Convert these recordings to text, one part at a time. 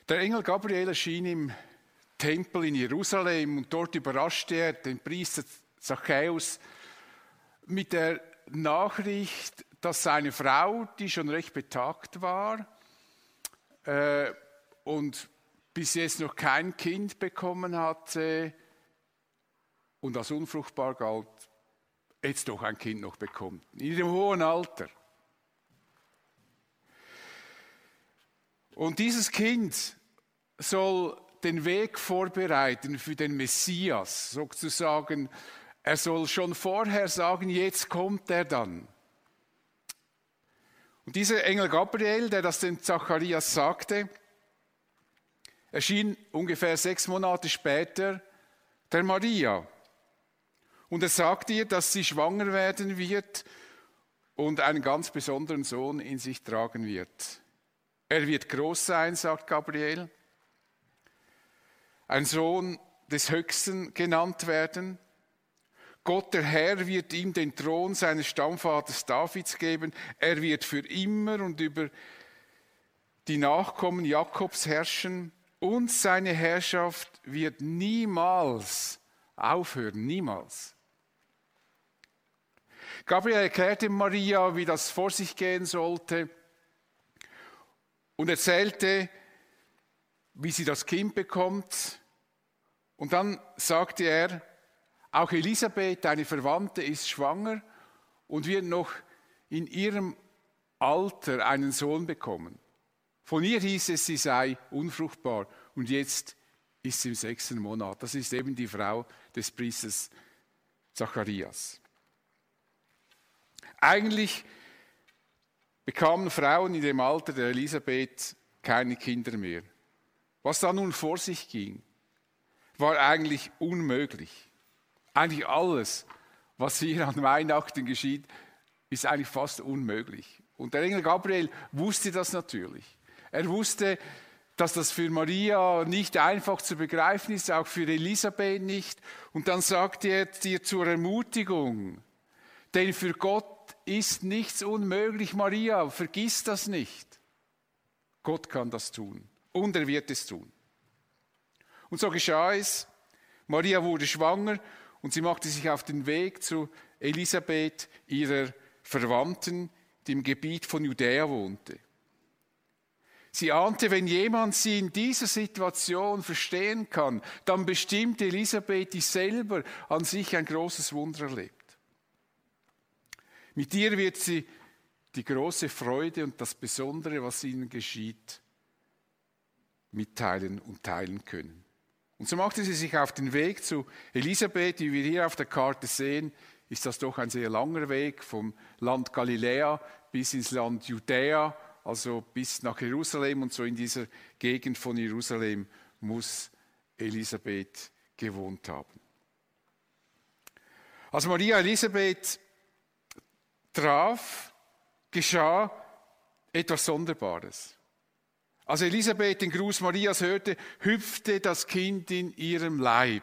Der Engel Gabriel erschien im Tempel in Jerusalem und dort überraschte er den Priester Zachäus mit der Nachricht, dass seine Frau, die schon recht betagt war und bis jetzt noch kein Kind bekommen hatte und als unfruchtbar galt, jetzt doch ein Kind noch bekommt, in ihrem hohen Alter. Und dieses Kind soll den Weg vorbereiten für den Messias, sozusagen. Er soll schon vorher sagen, jetzt kommt er dann. Und dieser Engel Gabriel, der das dem Zacharias sagte, erschien ungefähr 6 Monate später der Maria. Und er sagt ihr, dass sie schwanger werden wird und einen ganz besonderen Sohn in sich tragen wird. Er wird groß sein, sagt Gabriel, ein Sohn des Höchsten genannt werden. Gott, der Herr, wird ihm den Thron seines Stammvaters Davids geben. Er wird für immer und über die Nachkommen Jakobs herrschen. Und seine Herrschaft wird niemals aufhören, niemals. Gabriel erklärte Maria, wie das vor sich gehen sollte und erzählte, wie sie das Kind bekommt. Und dann sagte er, auch Elisabeth, deine Verwandte, ist schwanger und wird noch in ihrem Alter einen Sohn bekommen. Von ihr hieß es, sie sei unfruchtbar und jetzt ist sie im 6. Monat. Das ist eben die Frau des Priesters Zacharias. Eigentlich bekamen Frauen in dem Alter der Elisabeth keine Kinder mehr. Was da nun vor sich ging, war eigentlich unmöglich. Eigentlich alles, was hier an Weihnachten geschieht, ist eigentlich fast unmöglich. Und der Engel Gabriel wusste das natürlich. Er wusste, dass das für Maria nicht einfach zu begreifen ist, auch für Elisabeth nicht. Und dann sagte er dir zur Ermutigung, denn für Gott ist nichts unmöglich, Maria, vergiss das nicht. Gott kann das tun und er wird es tun. Und so geschah es. Maria wurde schwanger und sie machte sich auf den Weg zu Elisabeth, ihrer Verwandten, die im Gebiet von Judäa wohnte. Sie ahnte, wenn jemand sie in dieser Situation verstehen kann, dann bestimmt Elisabeth, die selber an sich ein großes Wunder erlebt. Mit ihr wird sie die große Freude und das Besondere, was ihnen geschieht, mitteilen und teilen können. Und so machte sie sich auf den Weg zu Elisabeth. Wie wir hier auf der Karte sehen, ist das doch ein sehr langer Weg vom Land Galiläa bis ins Land Judäa, also bis nach Jerusalem. Und so in dieser Gegend von Jerusalem muss Elisabeth gewohnt haben. Als Maria Elisabeth traf, geschah etwas Sonderbares. Als Elisabeth den Gruß Marias hörte, hüpfte das Kind in ihrem Leib.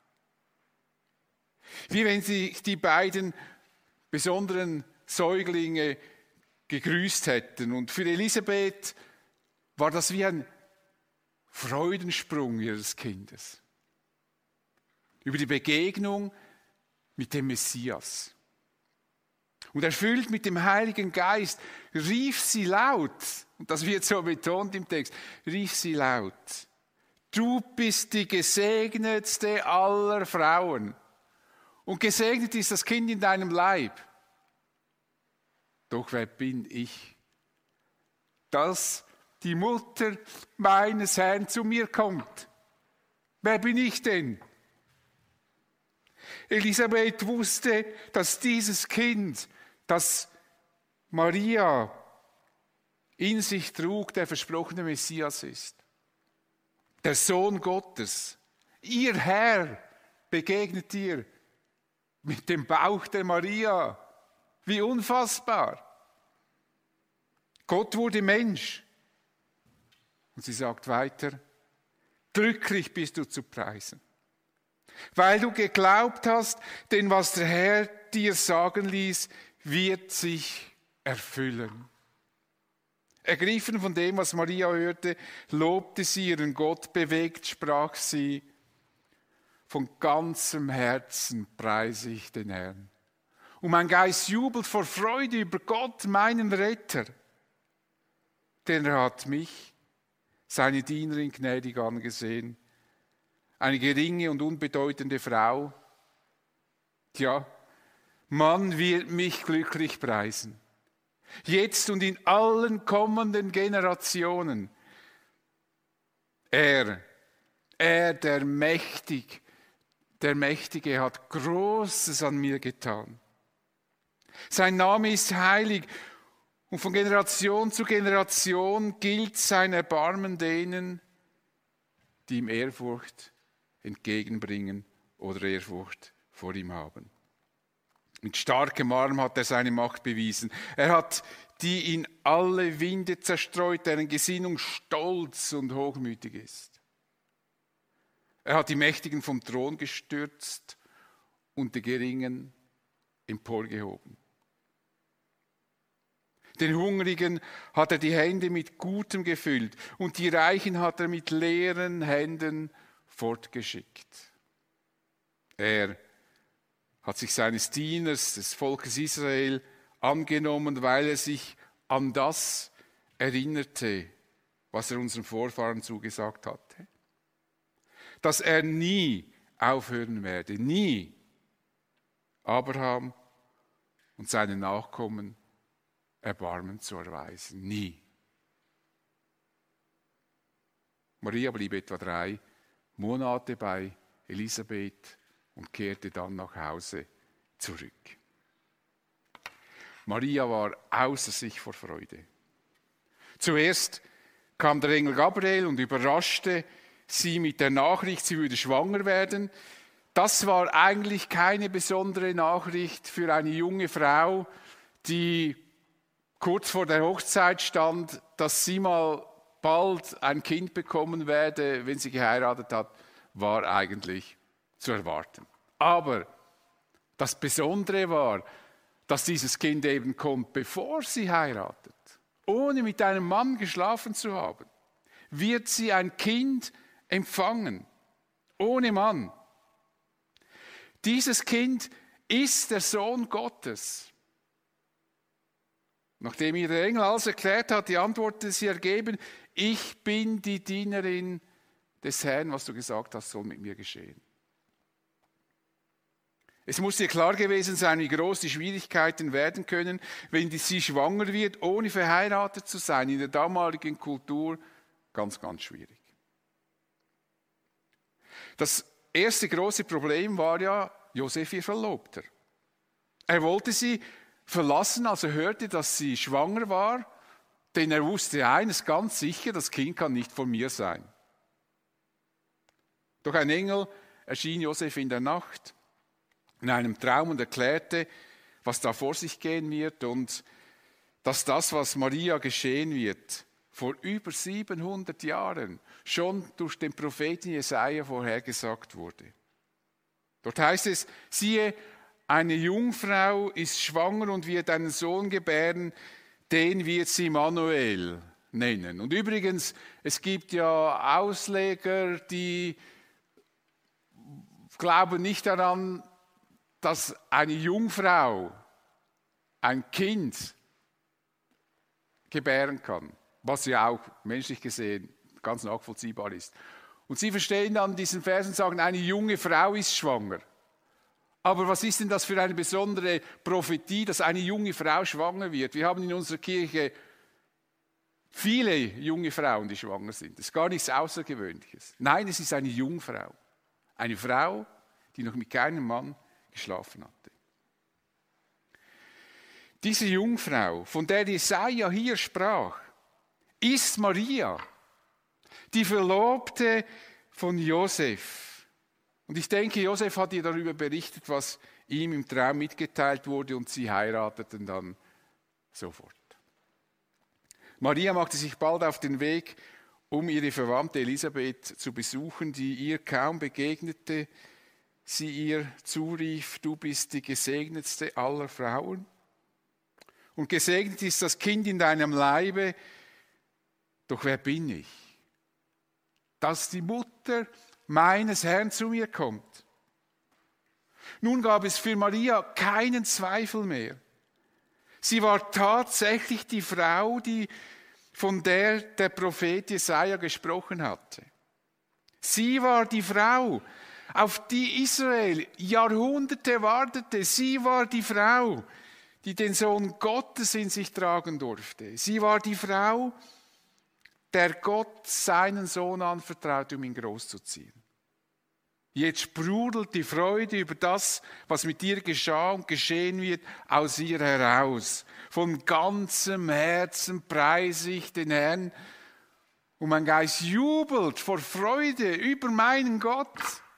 Wie wenn sich die beiden besonderen Säuglinge gegrüßt hätten. Und für Elisabeth war das wie ein Freudensprung ihres Kindes über die Begegnung mit dem Messias. Und erfüllt mit dem Heiligen Geist rief sie laut, und das wird so betont im Text, rief sie laut, du bist die gesegnetste aller Frauen und gesegnet ist das Kind in deinem Leib. Doch wer bin ich, dass die Mutter meines Herrn zu mir kommt? Wer bin ich denn? Elisabeth wusste, dass dieses Kind, das Maria in sich trug, der versprochene Messias ist. Der Sohn Gottes. Ihr Herr begegnet ihr mit dem Bauch der Maria. Wie unfassbar. Gott wurde Mensch. Und sie sagt weiter, glücklich bist du zu preisen, weil du geglaubt hast, denn was der Herr dir sagen ließ, wird sich erfüllen. ergriffen von dem, was Maria hörte, lobte sie ihren Gott, bewegt sprach sie, von ganzem Herzen preise ich den Herrn. Und mein Geist jubelt vor Freude über Gott, meinen Retter. Denn er hat mich, seine Dienerin, gnädig angesehen. Eine geringe und unbedeutende Frau. Tja, man wird mich glücklich preisen. Jetzt und in allen kommenden Generationen. Er, der Mächtige hat Großes an mir getan. Sein Name ist heilig und von Generation zu Generation gilt sein Erbarmen denen, die ihm Ehrfurcht entgegenbringen oder Ehrfurcht vor ihm haben. Mit starkem Arm hat er seine Macht bewiesen. Er hat die in alle Winde zerstreut, deren Gesinnung stolz und hochmütig ist. Er hat die Mächtigen vom Thron gestürzt und die Geringen emporgehoben. Den Hungrigen hat er die Hände mit Gutem gefüllt und die Reichen hat er mit leeren Händen fortgeschickt. Er hat sich seines Dieners, des Volkes Israel, angenommen, weil er sich an das erinnerte, was er unseren Vorfahren zugesagt hatte. Dass er nie aufhören werde, nie Abraham und seinen Nachkommen Erbarmen zu erweisen. Nie. Maria blieb etwa 3 Monate bei Elisabeth und kehrte dann nach Hause zurück. Maria war außer sich vor Freude. Zuerst kam der Engel Gabriel und überraschte sie mit der Nachricht, sie würde schwanger werden. Das war eigentlich keine besondere Nachricht für eine junge Frau, die kurz vor der Hochzeit stand, dass sie mal bald ein Kind bekommen werde, wenn sie geheiratet hat, war eigentlich zu erwarten. Aber das Besondere war, dass dieses Kind eben kommt, bevor sie heiratet. Ohne mit einem Mann geschlafen zu haben, wird sie ein Kind empfangen. Ohne Mann. Dieses Kind ist der Sohn Gottes. Nachdem ihr der Engel alles erklärt hat, die Antwort sie ergeben, ich bin die Dienerin des Herrn, was du gesagt hast, soll mit mir geschehen. Es muss ihr klar gewesen sein, wie groß die Schwierigkeiten werden können, wenn sie schwanger wird, ohne verheiratet zu sein. In der damaligen Kultur ganz, ganz schwierig. Das erste große Problem war ja Josef, ihr Verlobter. Er wollte sie verlassen, als er hörte, dass sie schwanger war, denn er wusste eines ganz sicher, das Kind kann nicht von mir sein. Doch ein Engel erschien Josef in der Nacht in einem Traum und erklärte, was da vor sich gehen wird und dass das, was Maria geschehen wird, vor über 700 Jahren schon durch den Propheten Jesaja vorhergesagt wurde. Dort heißt es, siehe, eine Jungfrau ist schwanger und wird einen Sohn gebären, den wird sie Immanuel nennen. Und übrigens, es gibt ja Ausleger, die glauben nicht daran, dass eine Jungfrau ein Kind gebären kann, was ja auch menschlich gesehen ganz nachvollziehbar ist. Und sie verstehen dann diesen Vers und sagen, eine junge Frau ist schwanger. Aber was ist denn das für eine besondere Prophetie, dass eine junge Frau schwanger wird? Wir haben in unserer Kirche viele junge Frauen, die schwanger sind. Das ist gar nichts Außergewöhnliches. Nein, es ist eine Jungfrau. Eine Frau, die noch mit keinem Mann geschlafen hatte. Diese Jungfrau, von der Jesaja hier sprach, ist Maria, die Verlobte von Josef. Und ich denke, Josef hat ihr darüber berichtet, was ihm im Traum mitgeteilt wurde und sie heirateten dann sofort. Maria machte sich bald auf den Weg, um ihre Verwandte Elisabeth zu besuchen, die ihr kaum begegnete, sie ihr zurief, du bist die gesegnetste aller Frauen. Und gesegnet ist das Kind in deinem Leibe, Doch wer bin ich, dass die Mutter meines Herrn zu mir kommt? Nun gab es für Maria keinen Zweifel mehr. Sie war tatsächlich die Frau, von der der Prophet Jesaja gesprochen hatte. Sie war die Frau, auf die Israel Jahrhunderte wartete. Sie war die Frau, die den Sohn Gottes in sich tragen durfte. Sie war die Frau, der Gott seinen Sohn anvertraut, um ihn großzuziehen. Jetzt sprudelt die Freude über das, was mit ihr geschah und geschehen wird, aus ihr heraus. Von ganzem Herzen preise ich den Herrn und mein Geist jubelt vor Freude über meinen Gott.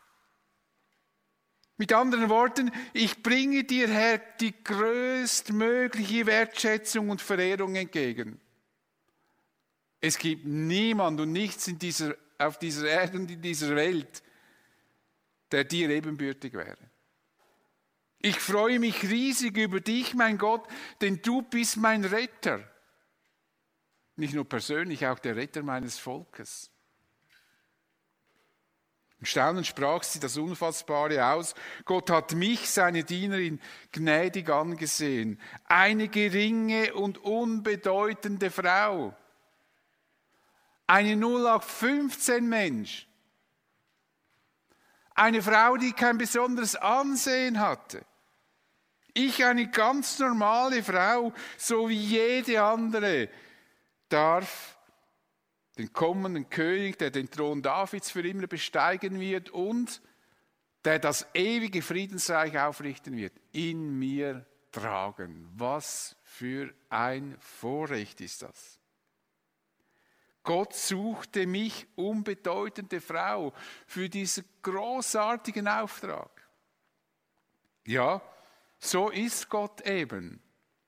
Mit anderen Worten, ich bringe dir, Herr, die größtmögliche Wertschätzung und Verehrung entgegen. Es gibt niemand und nichts auf dieser Erde und in dieser Welt, der dir ebenbürtig wäre. Ich freue mich riesig über dich, mein Gott, denn du bist mein Retter. Nicht nur persönlich, auch der Retter meines Volkes. Im Staunen sprach sie das Unfassbare aus. Gott hat mich, seine Dienerin, gnädig angesehen. Eine geringe und unbedeutende Frau. Eine 0815 Mensch. Eine Frau, die kein besonderes Ansehen hatte. Ich, eine ganz normale Frau, so wie jede andere, darf den kommenden König, der den Thron Davids für immer besteigen wird und der das ewige Friedensreich aufrichten wird, in mir tragen. Was für ein Vorrecht ist das? Gott suchte mich, unbedeutende Frau, für diesen großartigen Auftrag. Ja, so ist Gott eben.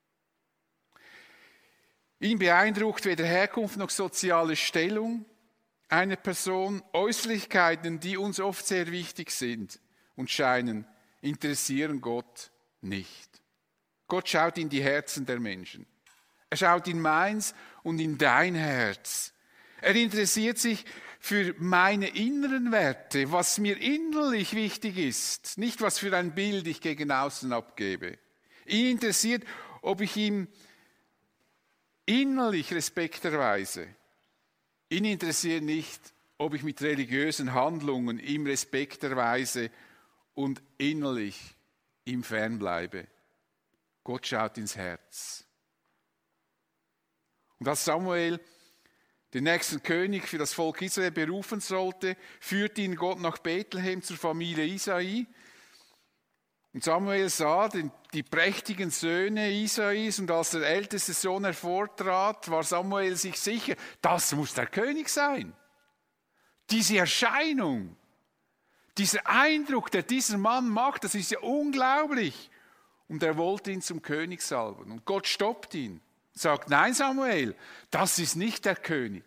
Ihn beeindruckt weder Herkunft noch soziale Stellung einer Person, Äußerlichkeiten, die uns oft sehr wichtig sind und scheinen, interessieren Gott nicht. Gott schaut in die Herzen der Menschen. Er schaut in meins und in dein Herz. Er interessiert sich für meine inneren Werte, was mir innerlich wichtig ist, nicht was für ein Bild ich gegen außen abgebe. Ihn interessiert, ob ich ihm innerlich Respekt erweise. Ihn interessiert nicht, ob ich mit religiösen Handlungen ihm Respekt erweise und innerlich ihm fernbleibe. Gott schaut ins Herz. Und als Samuel den nächsten König für das Volk Israel berufen sollte, führte ihn Gott nach Bethlehem zur Familie Isai. Und Samuel sah die prächtigen Söhne Isais und als der älteste Sohn hervortrat, war Samuel sich sicher, das muss der König sein. Diese Erscheinung, dieser Eindruck, der dieser Mann macht, das ist ja unglaublich. Und er wollte ihn zum König salben. Und Gott stoppt ihn. Sagt, nein Samuel, das ist nicht der König.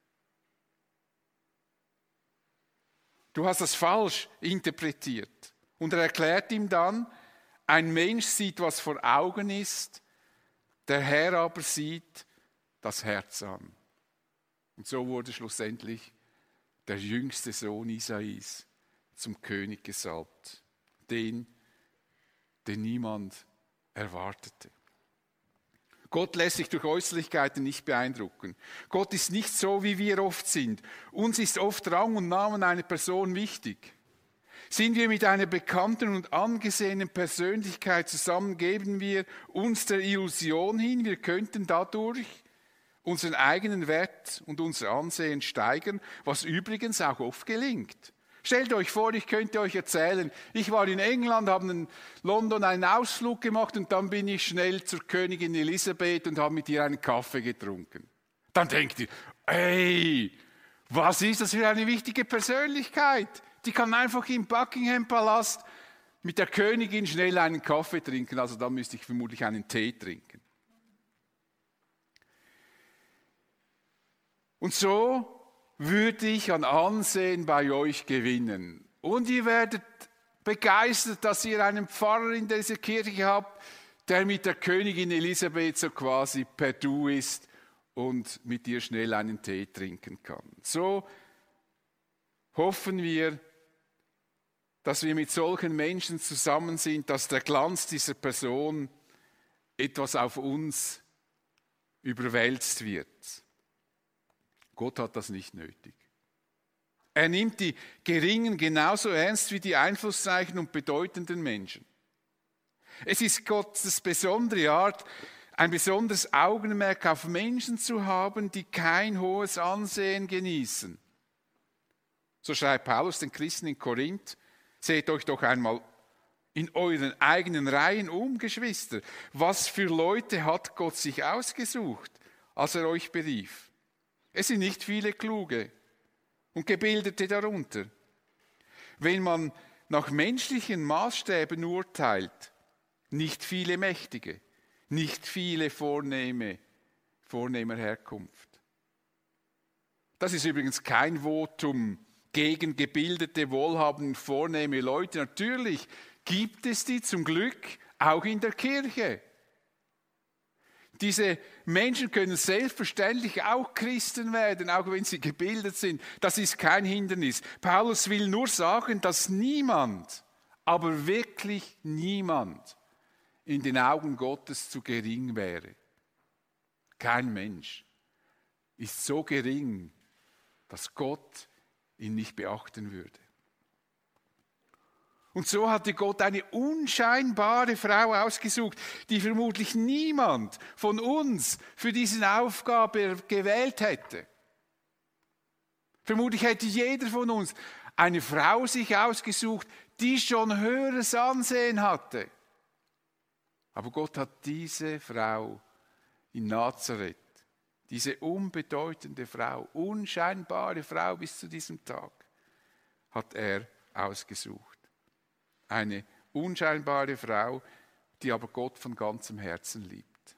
Du hast das falsch interpretiert. Und er erklärt ihm dann, ein Mensch sieht, was vor Augen ist, der Herr aber sieht das Herz an. Und so wurde schlussendlich der jüngste Sohn Isais zum König gesalbt, den niemand erwartete. Gott lässt sich durch Äußerlichkeiten nicht beeindrucken. Gott ist nicht so, wie wir oft sind. Uns ist oft Rang und Namen einer Person wichtig. Sind wir mit einer bekannten und angesehenen Persönlichkeit zusammen, geben wir uns der Illusion hin, wir könnten dadurch unseren eigenen Wert und unser Ansehen steigern, was übrigens auch oft gelingt. Stellt euch vor, ich könnte euch erzählen, ich war in England, habe in London einen Ausflug gemacht und dann bin ich schnell zur Königin Elisabeth und habe mit ihr einen Kaffee getrunken. Dann denkt ihr, ey, was ist das für eine wichtige Persönlichkeit? Die kann einfach im Buckingham Palast mit der Königin schnell einen Kaffee trinken, also da müsste ich vermutlich einen Tee trinken. Und so würde ich an Ansehen bei euch gewinnen. Und ihr werdet begeistert, dass ihr einen Pfarrer in dieser Kirche habt, der mit der Königin Elisabeth so quasi per Du ist und mit ihr schnell einen Tee trinken kann. So hoffen wir, dass wir mit solchen Menschen zusammen sind, dass der Glanz dieser Person etwas auf uns überwälzt wird. Gott hat das nicht nötig. Er nimmt die Geringen genauso ernst wie die einflussreichen und bedeutenden Menschen. Es ist Gottes besondere Art, ein besonderes Augenmerk auf Menschen zu haben, die kein hohes Ansehen genießen. So schreibt Paulus den Christen in Korinth: Seht euch doch einmal in euren eigenen Reihen um, Geschwister. Was für Leute hat Gott sich ausgesucht, als er euch berief? Es sind nicht viele Kluge und Gebildete darunter. Wenn man nach menschlichen Maßstäben urteilt, nicht viele Mächtige, nicht viele vornehmer Herkunft. Das ist übrigens kein Votum gegen gebildete, wohlhabende, vornehme Leute. Natürlich gibt es die zum Glück auch in der Kirche. Diese Menschen können selbstverständlich auch Christen werden, auch wenn sie gebildet sind. Das ist kein Hindernis. Paulus will nur sagen, dass niemand, aber wirklich niemand, in den Augen Gottes zu gering wäre. Kein Mensch ist so gering, dass Gott ihn nicht beachten würde. Und so hatte Gott eine unscheinbare Frau ausgesucht, die vermutlich niemand von uns für diese Aufgabe gewählt hätte. Vermutlich hätte jeder von uns eine Frau sich ausgesucht, die schon höheres Ansehen hatte. Aber Gott hat diese Frau in Nazareth, diese unbedeutende Frau, unscheinbare Frau bis zu diesem Tag, hat er ausgesucht. Eine unscheinbare Frau, die aber Gott von ganzem Herzen liebt.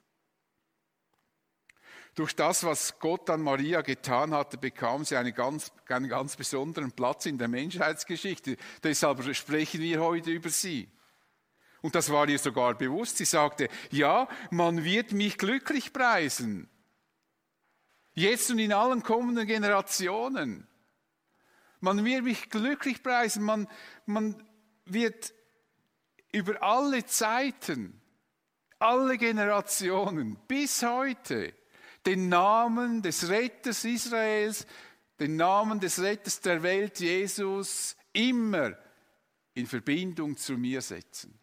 Durch das, was Gott an Maria getan hatte, bekam sie einen ganz besonderen Platz in der Menschheitsgeschichte. Deshalb sprechen wir heute über sie. Und das war ihr sogar bewusst. Sie sagte, ja, man wird mich glücklich preisen. Jetzt und in allen kommenden Generationen. Man wird mich glücklich preisen. Man wird über alle Zeiten, alle Generationen bis heute den Namen des Retters Israels, den Namen des Retters der Welt, Jesus, immer in Verbindung zu mir setzen.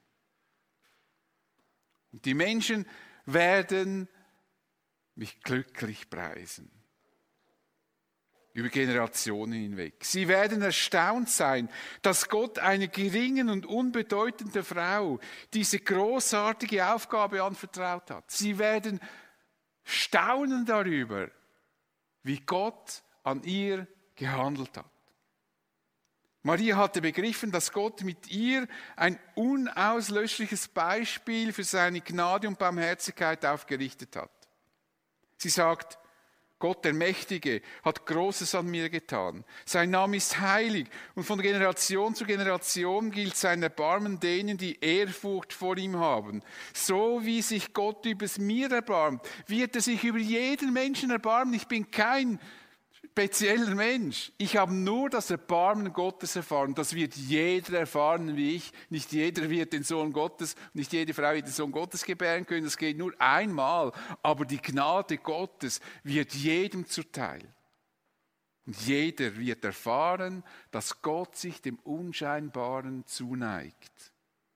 Und die Menschen werden mich glücklich preisen. Über Generationen hinweg. Sie werden erstaunt sein, dass Gott einer geringen und unbedeutenden Frau diese großartige Aufgabe anvertraut hat. Sie werden staunen darüber, wie Gott an ihr gehandelt hat. Maria hatte begriffen, dass Gott mit ihr ein unauslöschliches Beispiel für seine Gnade und Barmherzigkeit aufgerichtet hat. Sie sagt, Gott, der Mächtige, hat Großes an mir getan. Sein Name ist heilig und von Generation zu Generation gilt sein Erbarmen denen, die Ehrfurcht vor ihm haben. So wie sich Gott über mir erbarmt, wird er sich über jeden Menschen erbarmen. Ich bin kein spezieller Mensch. Ich habe nur das Erbarmen Gottes erfahren. Das wird jeder erfahren wie ich. Nicht jeder wird den Sohn Gottes, nicht jede Frau wird den Sohn Gottes gebären können. Das geht nur einmal. Aber die Gnade Gottes wird jedem zuteil. Und jeder wird erfahren, dass Gott sich dem Unscheinbaren zuneigt.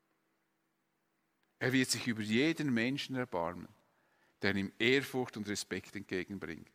Er wird sich über jeden Menschen erbarmen, der ihm Ehrfurcht und Respekt entgegenbringt.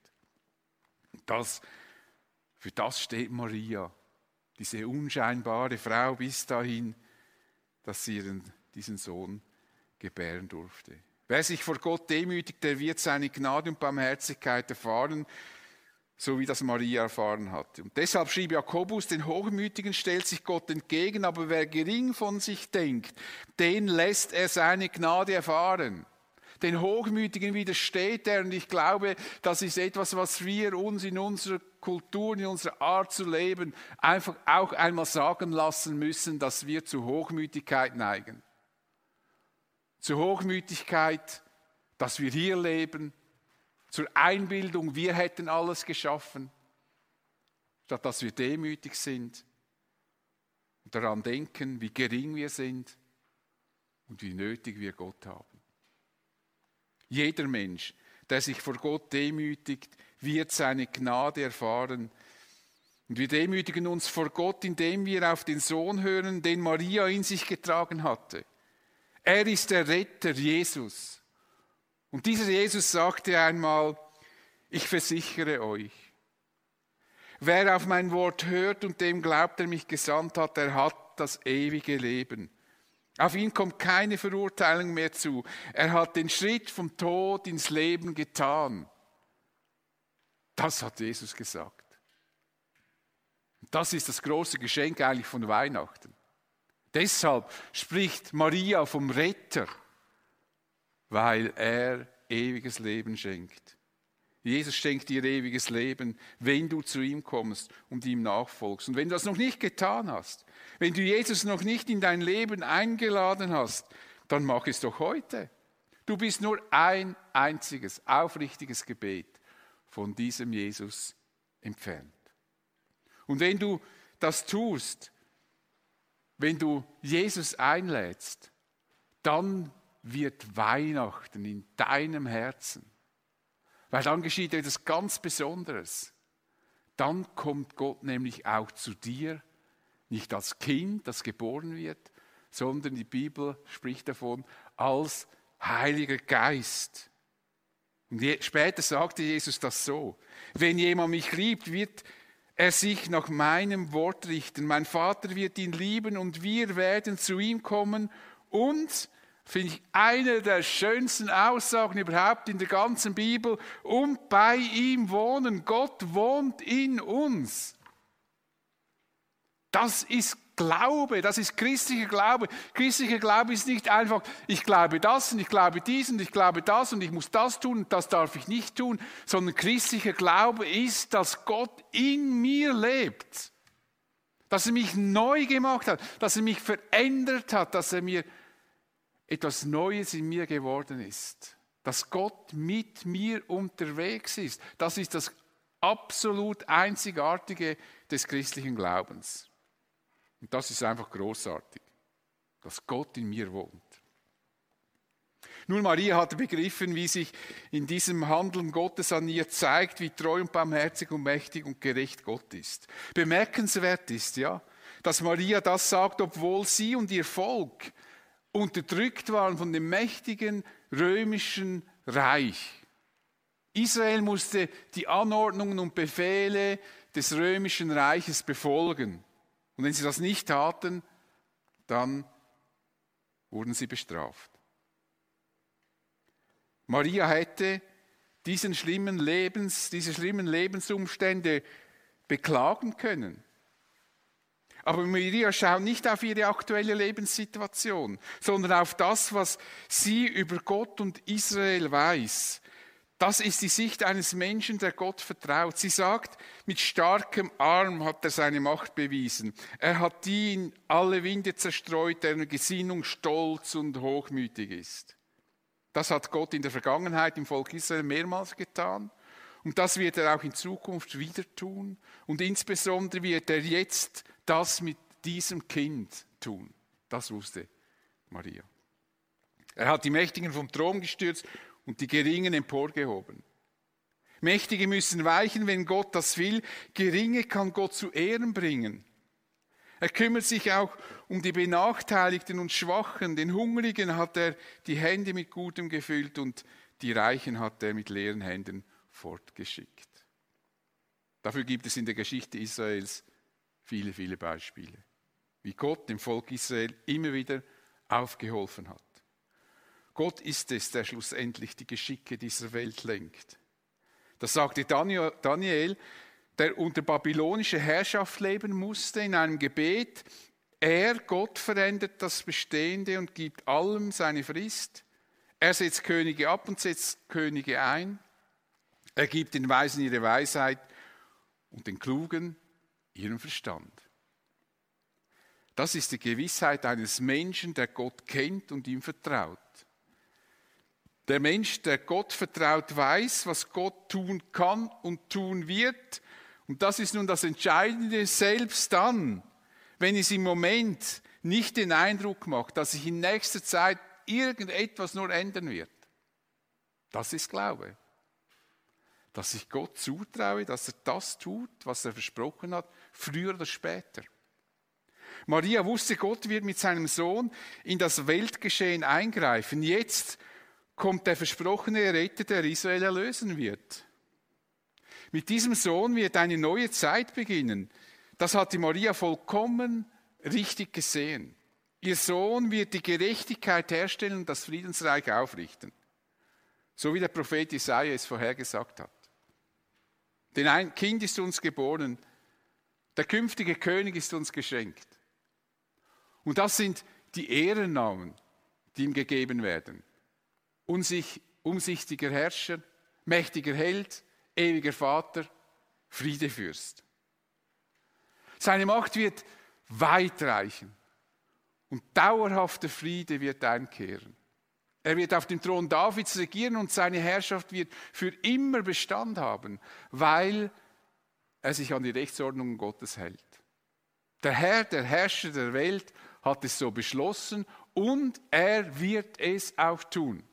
Für das steht Maria, diese unscheinbare Frau bis dahin, dass sie diesen Sohn gebären durfte. Wer sich vor Gott demütigt, der wird seine Gnade und Barmherzigkeit erfahren, so wie das Maria erfahren hatte. Und deshalb schrieb Jakobus, den Hochmütigen stellt sich Gott entgegen, aber wer gering von sich denkt, den lässt er seine Gnade erfahren. Den Hochmütigen widersteht er, und ich glaube, das ist etwas, was wir uns in unserer Kultur, in unserer Art zu leben, einfach auch einmal sagen lassen müssen, dass wir zu Hochmütigkeit neigen. Zu Hochmütigkeit, dass wir hier leben, zur Einbildung, wir hätten alles geschaffen, statt dass wir demütig sind und daran denken, wie gering wir sind und wie nötig wir Gott haben. Jeder Mensch, der sich vor Gott demütigt, wird seine Gnade erfahren. Und wir demütigen uns vor Gott, indem wir auf den Sohn hören, den Maria in sich getragen hatte. Er ist der Retter, Jesus. Und dieser Jesus sagte einmal, ich versichere euch, wer auf mein Wort hört und dem glaubt, der mich gesandt hat, der hat das ewige Leben. Auf ihn kommt keine Verurteilung mehr zu. Er hat den Schritt vom Tod ins Leben getan. Das hat Jesus gesagt. Das ist das große Geschenk eigentlich von Weihnachten. Deshalb spricht Maria vom Retter, weil er ewiges Leben schenkt. Jesus schenkt dir ewiges Leben, wenn du zu ihm kommst und ihm nachfolgst. Und wenn du das noch nicht getan hast, wenn du Jesus noch nicht in dein Leben eingeladen hast, dann mach es doch heute. Du bist nur ein einziges, aufrichtiges Gebet von diesem Jesus entfernt. Und wenn du das tust, wenn du Jesus einlädst, dann wird Weihnachten in deinem Herzen. Weil dann geschieht etwas ganz Besonderes. Dann kommt Gott nämlich auch zu dir, nicht als Kind, das geboren wird, sondern die Bibel spricht davon als Heiliger Geist. Und später sagte Jesus das so: Wenn jemand mich liebt, wird er sich nach meinem Wort richten. Mein Vater wird ihn lieben und wir werden zu ihm kommen und, finde ich eine der schönsten Aussagen überhaupt in der ganzen Bibel, und bei ihm wohnen. Gott wohnt in uns. Das ist Glaube, das ist christlicher Glaube. Christlicher Glaube ist nicht einfach, ich glaube das und ich glaube dies und ich glaube das und ich muss das tun und das darf ich nicht tun, sondern christlicher Glaube ist, dass Gott in mir lebt. Dass er mich neu gemacht hat, dass er mich verändert hat, dass er mir etwas Neues in mir geworden ist. Dass Gott mit mir unterwegs ist. Das ist das absolut Einzigartige des christlichen Glaubens. Und das ist einfach großartig, dass Gott in mir wohnt. Nun, Maria hatte begriffen, wie sich in diesem Handeln Gottes an ihr zeigt, wie treu und barmherzig und mächtig und gerecht Gott ist. Bemerkenswert ist, ja, dass Maria das sagt, obwohl sie und ihr Volk unterdrückt waren von dem mächtigen römischen Reich. Israel musste die Anordnungen und Befehle des römischen Reiches befolgen. Und wenn sie das nicht taten, dann wurden sie bestraft. Maria hätte diese schlimmen Lebensumstände beklagen können. Aber Maria schaut nicht auf ihre aktuelle Lebenssituation, sondern auf das, was sie über Gott und Israel weiß. Das ist die Sicht eines Menschen, der Gott vertraut. Sie sagt, mit starkem Arm hat er seine Macht bewiesen. Er hat die in alle Winde zerstreut, deren Gesinnung stolz und hochmütig ist. Das hat Gott in der Vergangenheit im Volk Israel mehrmals getan. Und das wird er auch in Zukunft wieder tun. Und insbesondere wird er jetzt das mit diesem Kind tun. Das wusste Maria. Er hat die Mächtigen vom Thron gestürzt und die Geringen emporgehoben. Mächtige müssen weichen, wenn Gott das will. Geringe kann Gott zu Ehren bringen. Er kümmert sich auch um die Benachteiligten und Schwachen. Den Hungrigen hat er die Hände mit Gutem gefüllt und die Reichen hat er mit leeren Händen fortgeschickt. Dafür gibt es in der Geschichte Israels viele, viele Beispiele, wie Gott dem Volk Israel immer wieder aufgeholfen hat. Gott ist es, der schlussendlich die Geschicke dieser Welt lenkt. Das sagte Daniel, der unter babylonischer Herrschaft leben musste, in einem Gebet. Er, Gott, verändert das Bestehende und gibt allem seine Frist. Er setzt Könige ab und setzt Könige ein. Er gibt den Weisen ihre Weisheit und den Klugen ihren Verstand. Das ist die Gewissheit eines Menschen, der Gott kennt und ihm vertraut. Der Mensch, der Gott vertraut, weiß, was Gott tun kann und tun wird. Und das ist nun das Entscheidende, selbst dann, wenn es im Moment nicht den Eindruck macht, dass sich in nächster Zeit irgendetwas nur ändern wird. Das ist Glaube. Dass ich Gott zutraue, dass er das tut, was er versprochen hat, früher oder später. Maria wusste, Gott wird mit seinem Sohn in das Weltgeschehen eingreifen. Jetzt kommt der versprochene Retter, der Israel erlösen wird. Mit diesem Sohn wird eine neue Zeit beginnen. Das hat die Maria vollkommen richtig gesehen. Ihr Sohn wird die Gerechtigkeit herstellen und das Friedensreich aufrichten. So wie der Prophet Jesaja es vorhergesagt hat. Denn ein Kind ist uns geboren, der künftige König ist uns geschenkt. Und das sind die Ehrennamen, die ihm gegeben werden. Umsichtiger Herrscher, mächtiger Held, ewiger Vater, Friedefürst. Seine Macht wird weit reichen und dauerhafter Friede wird einkehren. Er wird auf dem Thron Davids regieren und seine Herrschaft wird für immer Bestand haben, weil er sich an die Rechtsordnung Gottes hält. Der Herr, der Herrscher der Welt, hat es so beschlossen und er wird es auch tun.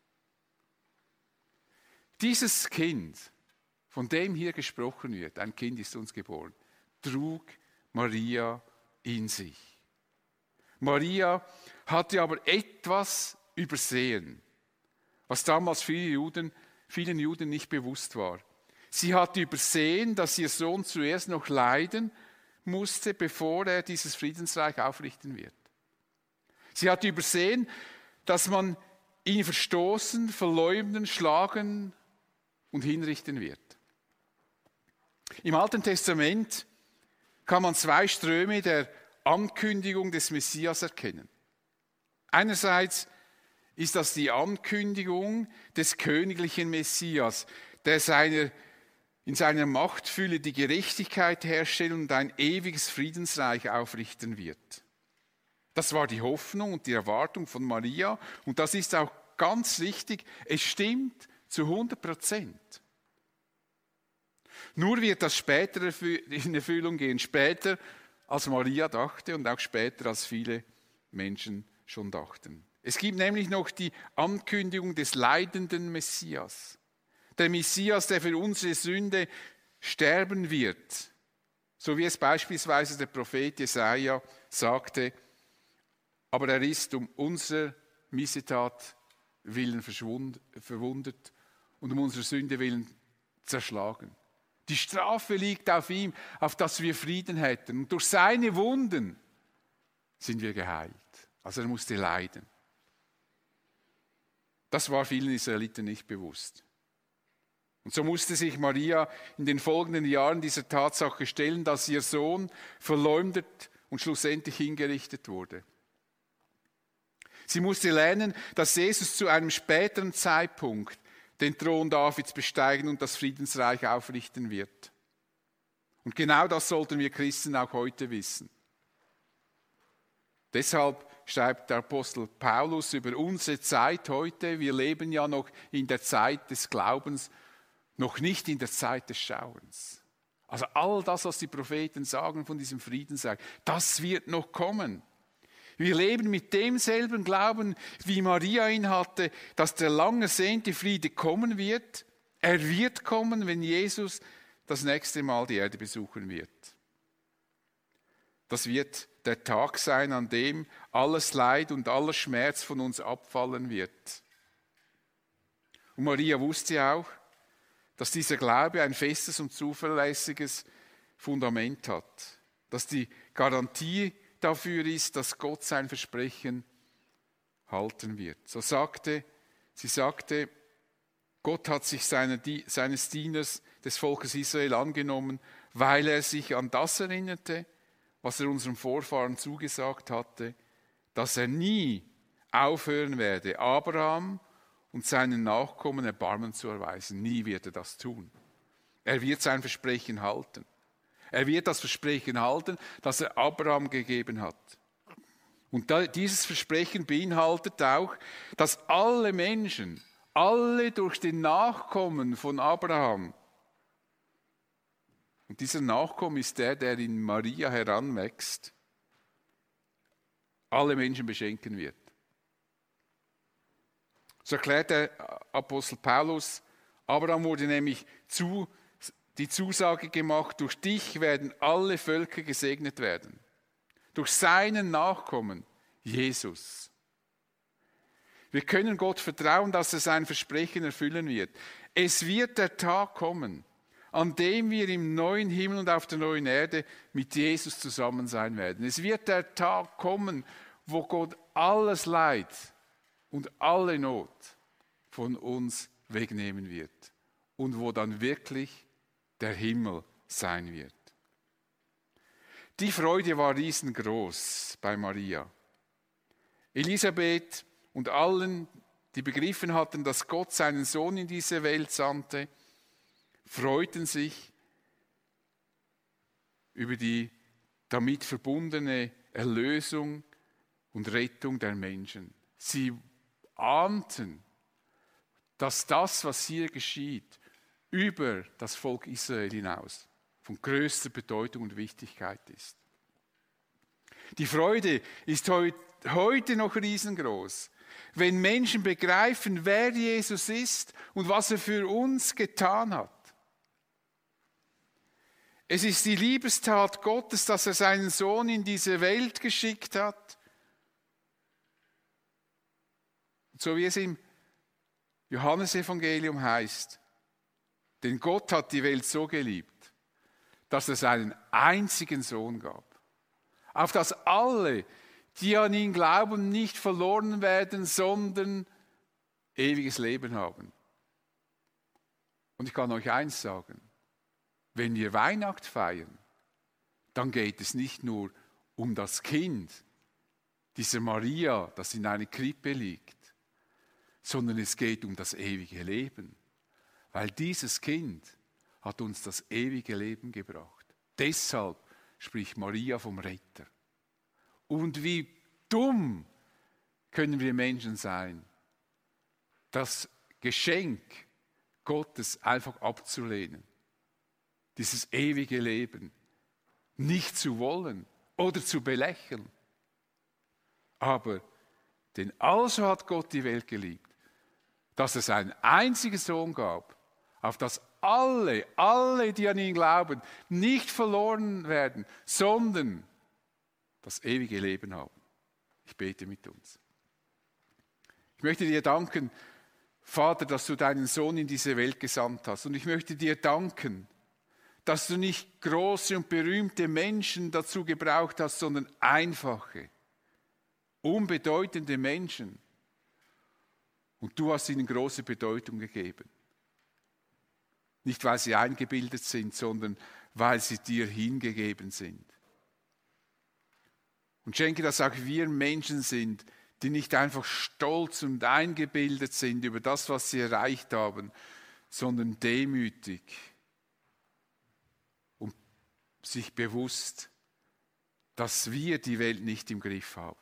Dieses Kind, von dem hier gesprochen wird, ein Kind ist uns geboren, trug Maria in sich. Maria hatte aber etwas übersehen, was damals vielen Juden nicht bewusst war. Sie hatte übersehen, dass ihr Sohn zuerst noch leiden musste, bevor er dieses Friedensreich aufrichten wird. Sie hatte übersehen, dass man ihn verstoßen, verleumden, schlagen und hinrichten wird. Im Alten Testament kann man zwei Ströme der Ankündigung des Messias erkennen. Einerseits ist das die Ankündigung des königlichen Messias, der in seiner Machtfülle die Gerechtigkeit herstellen und ein ewiges Friedensreich aufrichten wird. Das war die Hoffnung und die Erwartung von Maria und das ist auch ganz richtig, es stimmt zu 100%. Nur wird das später in Erfüllung gehen, später als Maria dachte und auch später als viele Menschen schon dachten. Es gibt nämlich noch die Ankündigung des leidenden Messias. Der Messias, der für unsere Sünde sterben wird. So wie es beispielsweise der Prophet Jesaja sagte, aber er ist um unserer Missetat willen verwundet und um unserer Sünde willen zerschlagen. Die Strafe liegt auf ihm, auf dass wir Frieden hätten. Und durch seine Wunden sind wir geheilt. Also er musste leiden. Das war vielen Israeliten nicht bewusst. Und so musste sich Maria in den folgenden Jahren dieser Tatsache stellen, dass ihr Sohn verleumdet und schlussendlich hingerichtet wurde. Sie musste lernen, dass Jesus zu einem späteren Zeitpunkt den Thron Davids besteigen und das Friedensreich aufrichten wird. Und genau das sollten wir Christen auch heute wissen. Deshalb schreibt der Apostel Paulus über unsere Zeit heute, wir leben ja noch in der Zeit des Glaubens, noch nicht in der Zeit des Schauens. Also all das, was die Propheten sagen von diesem Friedensreich, das wird noch kommen. Wir leben mit demselben Glauben, wie Maria ihn hatte, dass der lang ersehnte Friede kommen wird. Er wird kommen, wenn Jesus das nächste Mal die Erde besuchen wird. Das wird der Tag sein, an dem alles Leid und aller Schmerz von uns abfallen wird. Und Maria wusste auch, dass dieser Glaube ein festes und zuverlässiges Fundament hat, dass die Garantie dafür ist, dass Gott sein Versprechen halten wird. Sie sagte, Gott hat sich seines Dieners des Volkes Israel angenommen, weil er sich an das erinnerte, was er unseren Vorfahren zugesagt hatte, dass er nie aufhören werde, Abraham und seinen Nachkommen Erbarmen zu erweisen. Nie wird er das tun. Er wird sein Versprechen halten. Er wird das Versprechen halten, das er Abraham gegeben hat. Und dieses Versprechen beinhaltet auch, dass alle Menschen alle durch den Nachkommen von Abraham. Und dieser Nachkommen ist der in Maria heranwächst, alle Menschen beschenken wird. So erklärt der Apostel Paulus, Abraham wurde nämlich die Zusage gemacht, durch dich werden alle Völker gesegnet werden. Durch seinen Nachkommen, Jesus. Wir können Gott vertrauen, dass er sein Versprechen erfüllen wird. Es wird der Tag kommen, an dem wir im neuen Himmel und auf der neuen Erde mit Jesus zusammen sein werden. Es wird der Tag kommen, wo Gott alles Leid und alle Not von uns wegnehmen wird und wo dann wirklich der Himmel sein wird. Die Freude war riesengroß bei Maria. Elisabeth und allen, die begriffen hatten, dass Gott seinen Sohn in diese Welt sandte, freuten sich über die damit verbundene Erlösung und Rettung der Menschen. Sie ahnten, dass das, was hier geschieht, über das Volk Israel hinaus von größter Bedeutung und Wichtigkeit ist. Die Freude ist heute noch riesengroß, wenn Menschen begreifen, wer Jesus ist und was er für uns getan hat. Es ist die Liebestat Gottes, dass er seinen Sohn in diese Welt geschickt hat. So wie es im Johannesevangelium heißt, denn Gott hat die Welt so geliebt, dass er seinen einzigen Sohn gab, auf dass alle, die an ihn glauben, nicht verloren werden, sondern ewiges Leben haben. Und ich kann euch eins sagen, wenn wir Weihnacht feiern, dann geht es nicht nur um das Kind, diese Maria, das in einer Krippe liegt, sondern es geht um das ewige Leben. Weil dieses Kind hat uns das ewige Leben gebracht. Deshalb spricht Maria vom Retter. Und wie dumm können wir Menschen sein, das Geschenk Gottes einfach abzulehnen. Dieses ewige Leben nicht zu wollen oder zu belächeln. Aber denn also hat Gott die Welt geliebt, dass er seinen einzigen Sohn gab, auf dass alle, die an ihn glauben, nicht verloren werden, sondern das ewige Leben haben. Ich bete mit uns. Ich möchte dir danken, Vater, dass du deinen Sohn in diese Welt gesandt hast. Und ich möchte dir danken, dass du nicht große und berühmte Menschen dazu gebraucht hast, sondern einfache, unbedeutende Menschen. Und du hast ihnen große Bedeutung gegeben. Nicht, weil sie eingebildet sind, sondern weil sie dir hingegeben sind. Und schenke, dass auch wir Menschen sind, die nicht einfach stolz und eingebildet sind über das, was sie erreicht haben, sondern demütig und sich bewusst, dass wir die Welt nicht im Griff haben.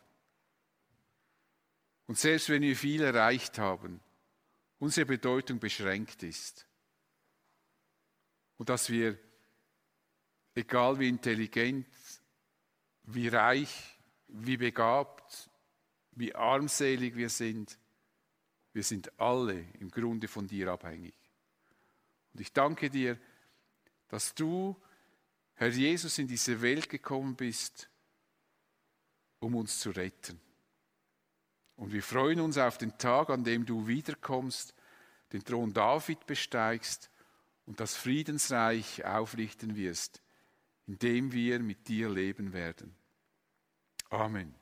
Und selbst wenn wir viel erreicht haben, unsere Bedeutung beschränkt ist. Und dass wir, egal wie intelligent, wie reich, wie begabt, wie armselig wir sind alle im Grunde von dir abhängig. Und ich danke dir, dass du, Herr Jesus, in diese Welt gekommen bist, um uns zu retten. Und wir freuen uns auf den Tag, an dem du wiederkommst, den Thron David besteigst und das Friedensreich aufrichten wirst, in dem wir mit dir leben werden. Amen.